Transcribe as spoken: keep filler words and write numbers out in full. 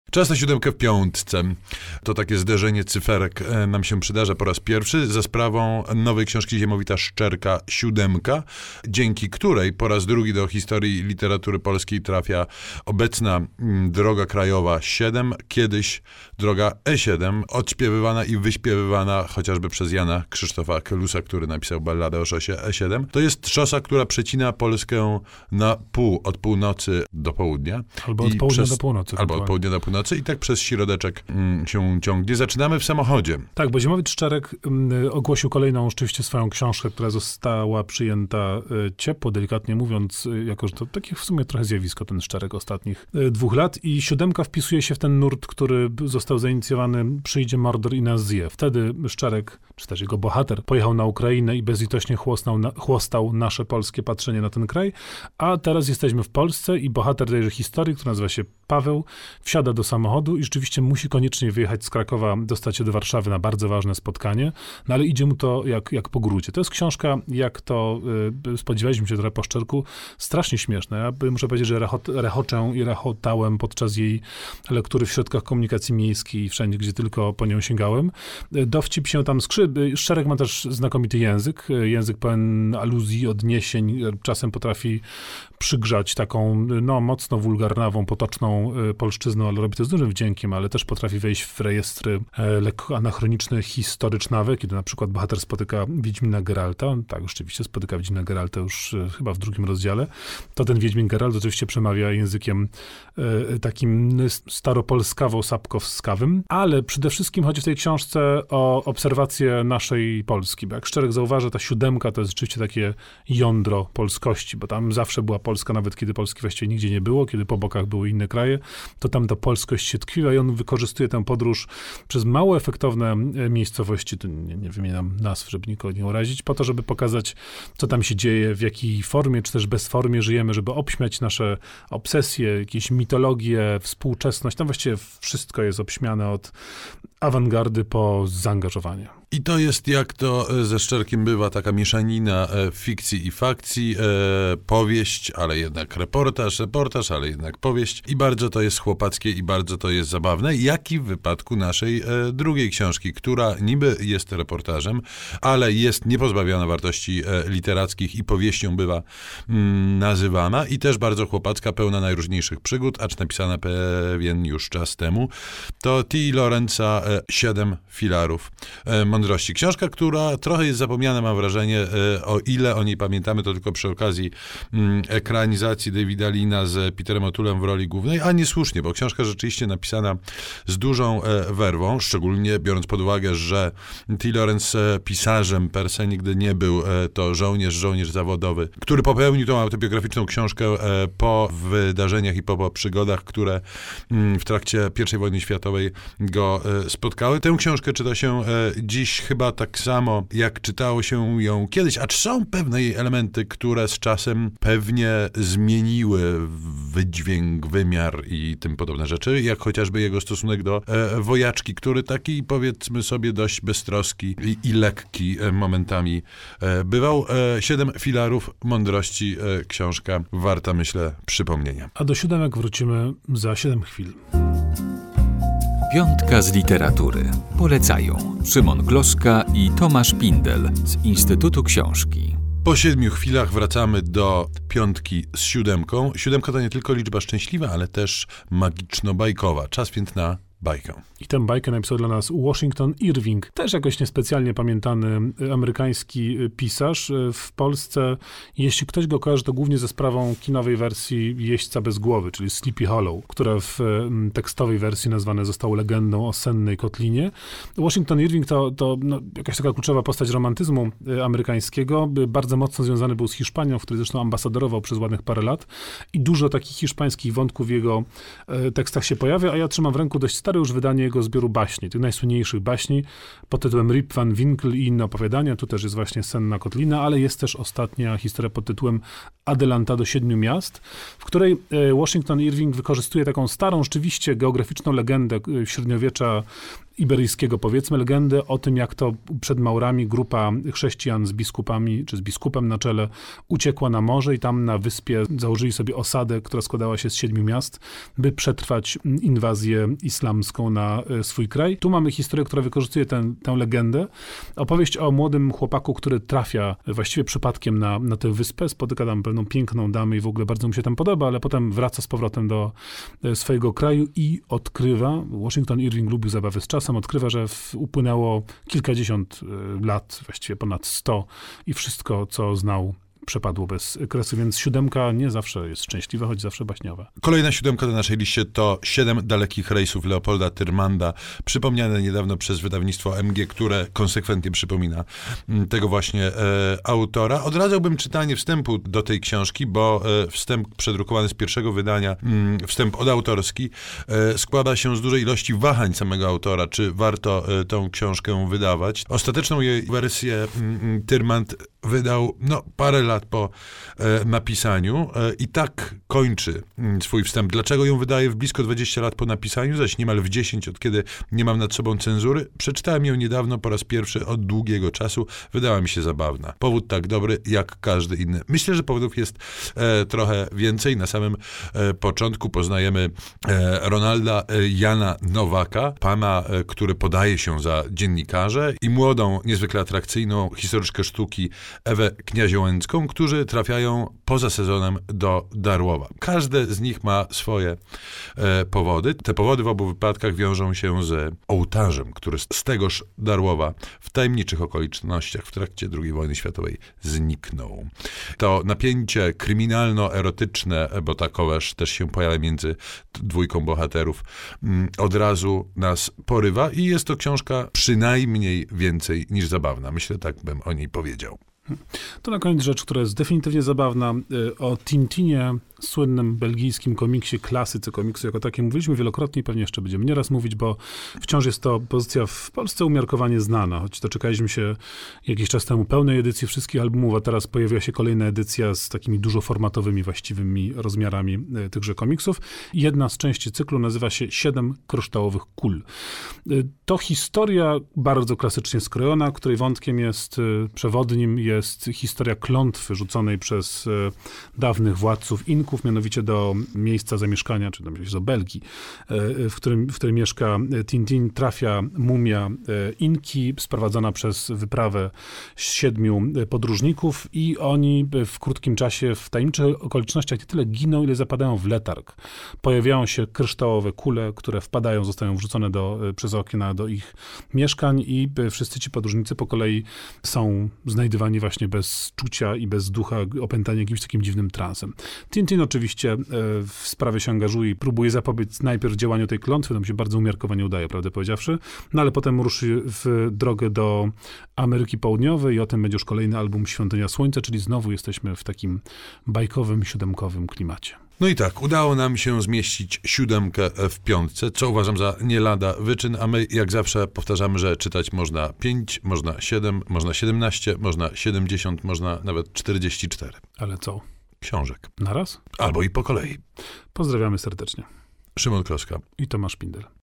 Czas na siódemkę w piątce. To takie zderzenie cyferek nam się przydarza po raz pierwszy za sprawą nowej książki Ziemowita Szczerka Siódemka, dzięki której po raz drugi do historii literatury polskiej trafia obecna droga krajowa siedem, kiedyś droga E siedem, odśpiewywana i wyśpiewywana chociażby przez Jana Krzysztofa Kelusa, który napisał balladę o szosie E siedem. To jest szosa, która przecina Polskę na pół, od północy do południa. Albo od południa przez, do północy. Albo od południa do północy i tak przez środeczek mm, się ciągnie. Zaczynamy w samochodzie. Tak, bo Ziemowit Szczerek y, ogłosił kolejną rzeczywiście swoją książkę, która została przyjęta y, ciepło, delikatnie mówiąc, y, jako że to takie w sumie trochę zjawisko ten Szczerek ostatnich y, dwóch lat. I siódemka wpisuje się w ten nurt, który został zainicjowany Przyjdzie mordor i nas zje. Wtedy Szczerek, czy też jego bohater, pojechał na Ukrainę i bezlitośnie chłostał, na, chłostał nasze polskie patrzenie na ten kraj. A teraz jesteśmy w Polsce i bohater tejże historii, który nazywa się Paweł, wsiada do samochodu i rzeczywiście musi koniecznie wyjechać z Krakowa, dostać się do Warszawy na bardzo ważne spotkanie, no ale idzie mu to jak, jak po grudzie. To jest książka, jak to y, spodziewaliśmy się trochę po Szczerku, strasznie śmieszna. Ja muszę powiedzieć, że rechot, rechoczę i rechotałem podczas jej lektury w środkach komunikacji miejskiej, wszędzie, gdzie tylko po nią sięgałem. Dowcip się tam skrzy. Szczerek ma też znakomity język, język pełen aluzji, odniesień, czasem potrafi przygrzać taką, no, mocno wulgarnawą, potoczną polszczyzną, ale robi to z dużym wdziękiem, ale też potrafi wejść w rejestry e, lekko anachroniczne, historycznawe, kiedy na przykład bohater spotyka Wiedźmina Geralta, tak, rzeczywiście spotyka Wiedźmina Geralta już e, chyba w drugim rozdziale, to ten Wiedźmin Geralt oczywiście przemawia językiem e, takim staropolskawo-sapkowskawym, ale przede wszystkim chodzi w tej książce o obserwację naszej Polski, bo jak Szczerek zauważy, ta siódemka to jest rzeczywiście takie jądro polskości, bo tam zawsze była Polska, nawet kiedy Polski właściwie nigdzie nie było, kiedy po bokach były inne kraje, to tam ta polskość się tkwiła i on wykorzystuje tę podróż przez mało efektowne miejscowości, tu nie, nie wymieniam nazw, żeby nikogo nie urazić, po to, żeby pokazać, co tam się dzieje, w jakiej formie, czy też bezformie żyjemy, żeby obśmiać nasze obsesje, jakieś mitologie, współczesność. Tam właściwie wszystko jest obśmiane od awangardy po zaangażowanie. I to jest, jak to ze Szczerkiem bywa, taka mieszanina e, fikcji i fakcji, e, powieść, ale jednak reportaż, reportaż, ale jednak powieść. I bardzo to jest chłopackie i bardzo to jest zabawne, jak i w wypadku naszej e, drugiej książki, która niby jest reportażem, ale jest niepozbawiona wartości e, literackich i powieścią bywa mm, nazywana i też bardzo chłopacka, pełna najróżniejszych przygód, acz napisana pewien już czas temu. To T. Lawrence'a e, Siedem filarów e, mądrości. Książka, która trochę jest zapomniana, mam wrażenie, o ile o niej pamiętamy, to tylko przy okazji mm, ekranizacji Davida Lina z Peterem O'Toolem w roli głównej, a niesłusznie, bo książka rzeczywiście napisana z dużą e, werwą, szczególnie biorąc pod uwagę, że T. Lawrence e, pisarzem per se nigdy nie był, e, to żołnierz, żołnierz zawodowy, który popełnił tą autobiograficzną książkę e, po wydarzeniach i po, po przygodach, które mm, w trakcie pierwszej wojny światowej go e, spotkały. Tę książkę czyta się e, dziś chyba tak samo, jak czytało się ją kiedyś, acz są pewne jej elementy, które z czasem pewnie zmieniły wydźwięk, wymiar i tym podobne rzeczy, jak chociażby jego stosunek do e, wojaczki, który taki, powiedzmy sobie, dość beztroski i, i lekki e, momentami e, bywał. E, Siedem filarów mądrości, e, książka warta, myślę, przypomnienia. A do siódemek wrócimy za siedem chwil. Piątka z literatury. Polecają Szymon Gloszka i Tomasz Pindel z Instytutu Książki. Po siedmiu chwilach wracamy do piątki z siódemką. Siódemka to nie tylko liczba szczęśliwa, ale też magiczno-bajkowa. Czas więc na bajkę. I tę bajkę napisał dla nas Washington Irving, też jakoś niespecjalnie pamiętany amerykański pisarz. W Polsce, jeśli ktoś go kojarzy, to głównie ze sprawą kinowej wersji Jeźdźca bez głowy, czyli Sleepy Hollow, która w tekstowej wersji nazwane zostało legendą o sennej kotlinie. Washington Irving to, to no, jakaś taka kluczowa postać romantyzmu amerykańskiego. Bardzo mocno związany był z Hiszpanią, w której zresztą ambasadorował przez ładnych parę lat i dużo takich hiszpańskich wątków w jego tekstach się pojawia, a ja trzymam w ręku dość stare już wydanie jego zbioru baśni, tych najsłynniejszych baśni pod tytułem Rip Van Winkle i inne opowiadania. Tu też jest właśnie Senna kotlina, ale jest też ostatnia historia pod tytułem Adelanta do siedmiu miast, w której Washington Irving wykorzystuje taką starą, rzeczywiście geograficzną legendę średniowiecza iberyjskiego, powiedzmy, legendę o tym, jak to przed Maurami grupa chrześcijan z biskupami, czy z biskupem na czele uciekła na morze i tam na wyspie założyli sobie osadę, która składała się z siedmiu miast, by przetrwać inwazję islamską na swój kraj. Tu mamy historię, która wykorzystuje tę, tę legendę. Opowieść o młodym chłopaku, który trafia właściwie przypadkiem na, na tę wyspę, spotyka tam pewną piękną damę i w ogóle bardzo mu się tam podoba, ale potem wraca z powrotem do swojego kraju i odkrywa, Washington Irving lubił zabawy z czasem, odkrywa, że w, upłynęło kilkadziesiąt lat, właściwie ponad sto i wszystko, co znał, przepadło bez kresu, więc siódemka nie zawsze jest szczęśliwa, choć zawsze baśniowa. Kolejna siódemka na naszej liście to Siedem dalekich rejsów Leopolda Tyrmanda, przypomniane niedawno przez wydawnictwo M G, które konsekwentnie przypomina tego właśnie e, autora. Odradzałbym czytanie wstępu do tej książki, bo e, wstęp przedrukowany z pierwszego wydania, m, wstęp odautorski, e, składa się z dużej ilości wahań samego autora, czy warto e, tą książkę wydawać. Ostateczną jej wersję m, Tyrmand wydał no, parę lat po e, napisaniu e, i tak kończy m, swój wstęp. Dlaczego ją wydaje w blisko dwadzieścia lat po napisaniu, zaś niemal w dziesięć, od kiedy nie mam nad sobą cenzury? Przeczytałem ją niedawno po raz pierwszy od długiego czasu. Wydała mi się zabawna. Powód tak dobry, jak każdy inny. Myślę, że powodów jest e, trochę więcej. Na samym e, początku poznajemy e, Ronalda e, Jana Nowaka, pana, e, który podaje się za dziennikarza, i młodą, niezwykle atrakcyjną historyczkę sztuki Ewę Kniaziołęcką, którzy trafiają poza sezonem do Darłowa. Każde z nich ma swoje e, powody. Te powody w obu wypadkach wiążą się z ołtarzem, który z tegoż Darłowa w tajemniczych okolicznościach w trakcie drugiej wojny światowej zniknął. To napięcie kryminalno-erotyczne, bo takoweż też się pojawia między dwójką bohaterów, m, od razu nas porywa i jest to książka przynajmniej więcej niż zabawna. Myślę, tak bym o niej powiedział. To na koniec rzecz, która jest definitywnie zabawna. O Tintinie, słynnym belgijskim komiksie, klasyce komiksu jako takim, mówiliśmy wielokrotnie i pewnie jeszcze będziemy nieraz mówić, bo wciąż jest to pozycja w Polsce umiarkowanie znana, choć doczekaliśmy się jakiś czas temu pełnej edycji wszystkich albumów, a teraz pojawiła się kolejna edycja z takimi dużoformatowymi, właściwymi rozmiarami tychże komiksów. Jedna z części cyklu nazywa się Siedem kryształowych kul. To historia bardzo klasycznie skrojona, której wątkiem jest, przewodnim jest historia klątwy rzuconej przez dawnych władców Inków, mianowicie do miejsca zamieszkania, czy do Belgii, w którym, w którym mieszka Tintin, trafia mumia Inki, sprowadzona przez wyprawę siedmiu podróżników i oni w krótkim czasie, w tajemniczych okolicznościach nie tyle giną, ile zapadają w letarg. Pojawiają się kryształowe kule, które wpadają, zostają wrzucone do, przez okna do ich mieszkań i wszyscy ci podróżnicy po kolei są znajdywani właśnie bez czucia i bez ducha, opętani jakimś takim dziwnym transem. Tintin oczywiście w sprawie się angażuje i próbuje zapobiec najpierw działaniu tej klątwy, to mu się bardzo umiarkowanie udaje, prawdę powiedziawszy, no ale potem ruszy w drogę do Ameryki Południowej i o tym będzie już kolejny album Świątynia Słońca, czyli znowu jesteśmy w takim bajkowym, siódemkowym klimacie. No i tak, udało nam się zmieścić siódemkę w piątce, co uważam za nie lada wyczyn, a my jak zawsze powtarzamy, że czytać można pięć, można siedem, można siedemnaście, można siedemdziesiąt, można nawet czterdzieści cztery. Ale co? Książek. Naraz? Albo i po kolei. Pozdrawiamy serdecznie. Szymon Kloska i Tomasz Pindel.